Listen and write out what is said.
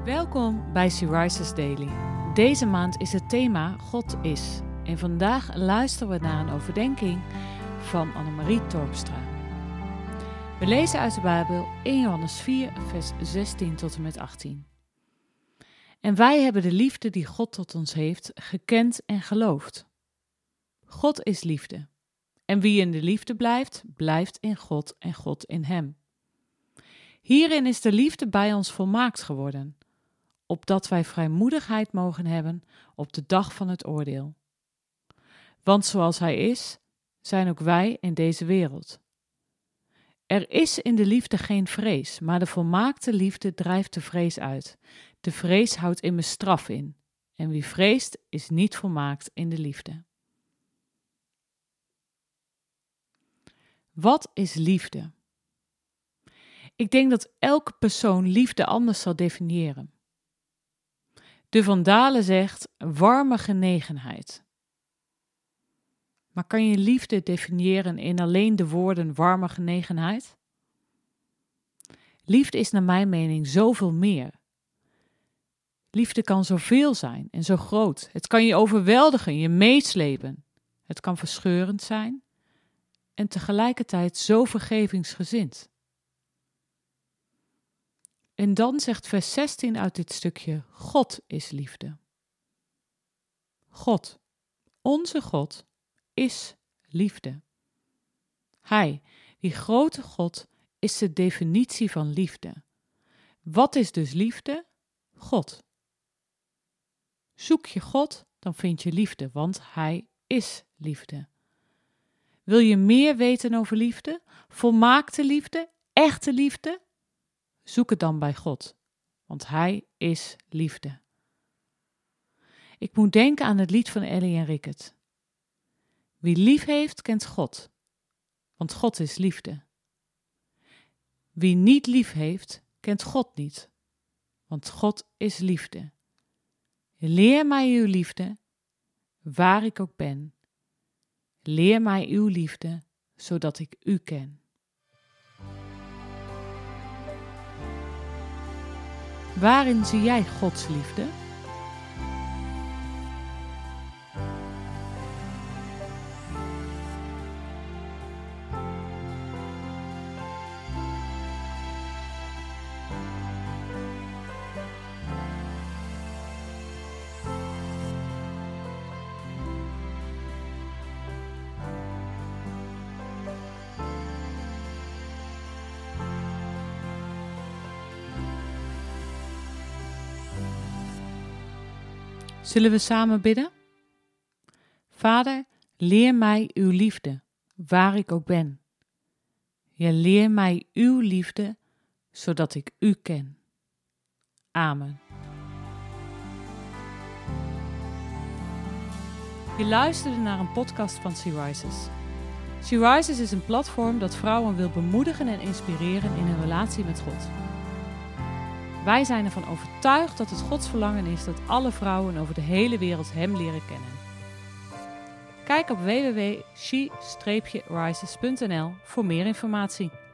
Welkom bij She Rises Daily. Deze maand is het thema God is. En vandaag luisteren we naar een overdenking van Annemarie Torpstra. We lezen uit de Bijbel 1 Johannes 4, vers 16 tot en met 18. En wij hebben de liefde die God tot ons heeft gekend en geloofd. God is liefde. En wie in de liefde blijft, blijft in God en God in hem. Hierin is de liefde bij ons volmaakt geworden, opdat wij vrijmoedigheid mogen hebben op de dag van het oordeel. Want zoals hij is, zijn ook wij in deze wereld. Er is in de liefde geen vrees, maar de volmaakte liefde drijft de vrees uit. De vrees houdt immers straf in. En wie vreest, is niet volmaakt in de liefde. Wat is liefde? Ik denk dat elke persoon liefde anders zal definiëren. De Van Dalen zegt warme genegenheid. Maar kan je liefde definiëren in alleen de woorden warme genegenheid? Liefde is naar mijn mening zoveel meer. Liefde kan zoveel zijn en zo groot. Het kan je overweldigen, je meeslepen. Het kan verscheurend zijn en tegelijkertijd zo vergevingsgezind. En dan zegt vers 16 uit dit stukje, God is liefde. God, onze God, is liefde. Hij, die grote God, is de definitie van liefde. Wat is dus liefde? God. Zoek je God, dan vind je liefde, want hij is liefde. Wil je meer weten over liefde? Volmaakte liefde? Echte liefde? Zoek het dan bij God, want hij is liefde. Ik moet denken aan het lied van Ellie en Rickert. Wie lief heeft, kent God, want God is liefde. Wie niet lief heeft, kent God niet, want God is liefde. Leer mij uw liefde, waar ik ook ben. Leer mij uw liefde, zodat ik u ken. Waarin zie jij Gods liefde? Zullen we samen bidden? Vader, leer mij uw liefde, waar ik ook ben. Ja, leer mij uw liefde, zodat ik u ken. Amen. Je luisterde naar een podcast van She Rises. She Rises is een platform dat vrouwen wil bemoedigen en inspireren in hun relatie met God. Wij zijn ervan overtuigd dat het Gods verlangen is dat alle vrouwen over de hele wereld hem leren kennen. Kijk op www.she-rises.nl voor meer informatie.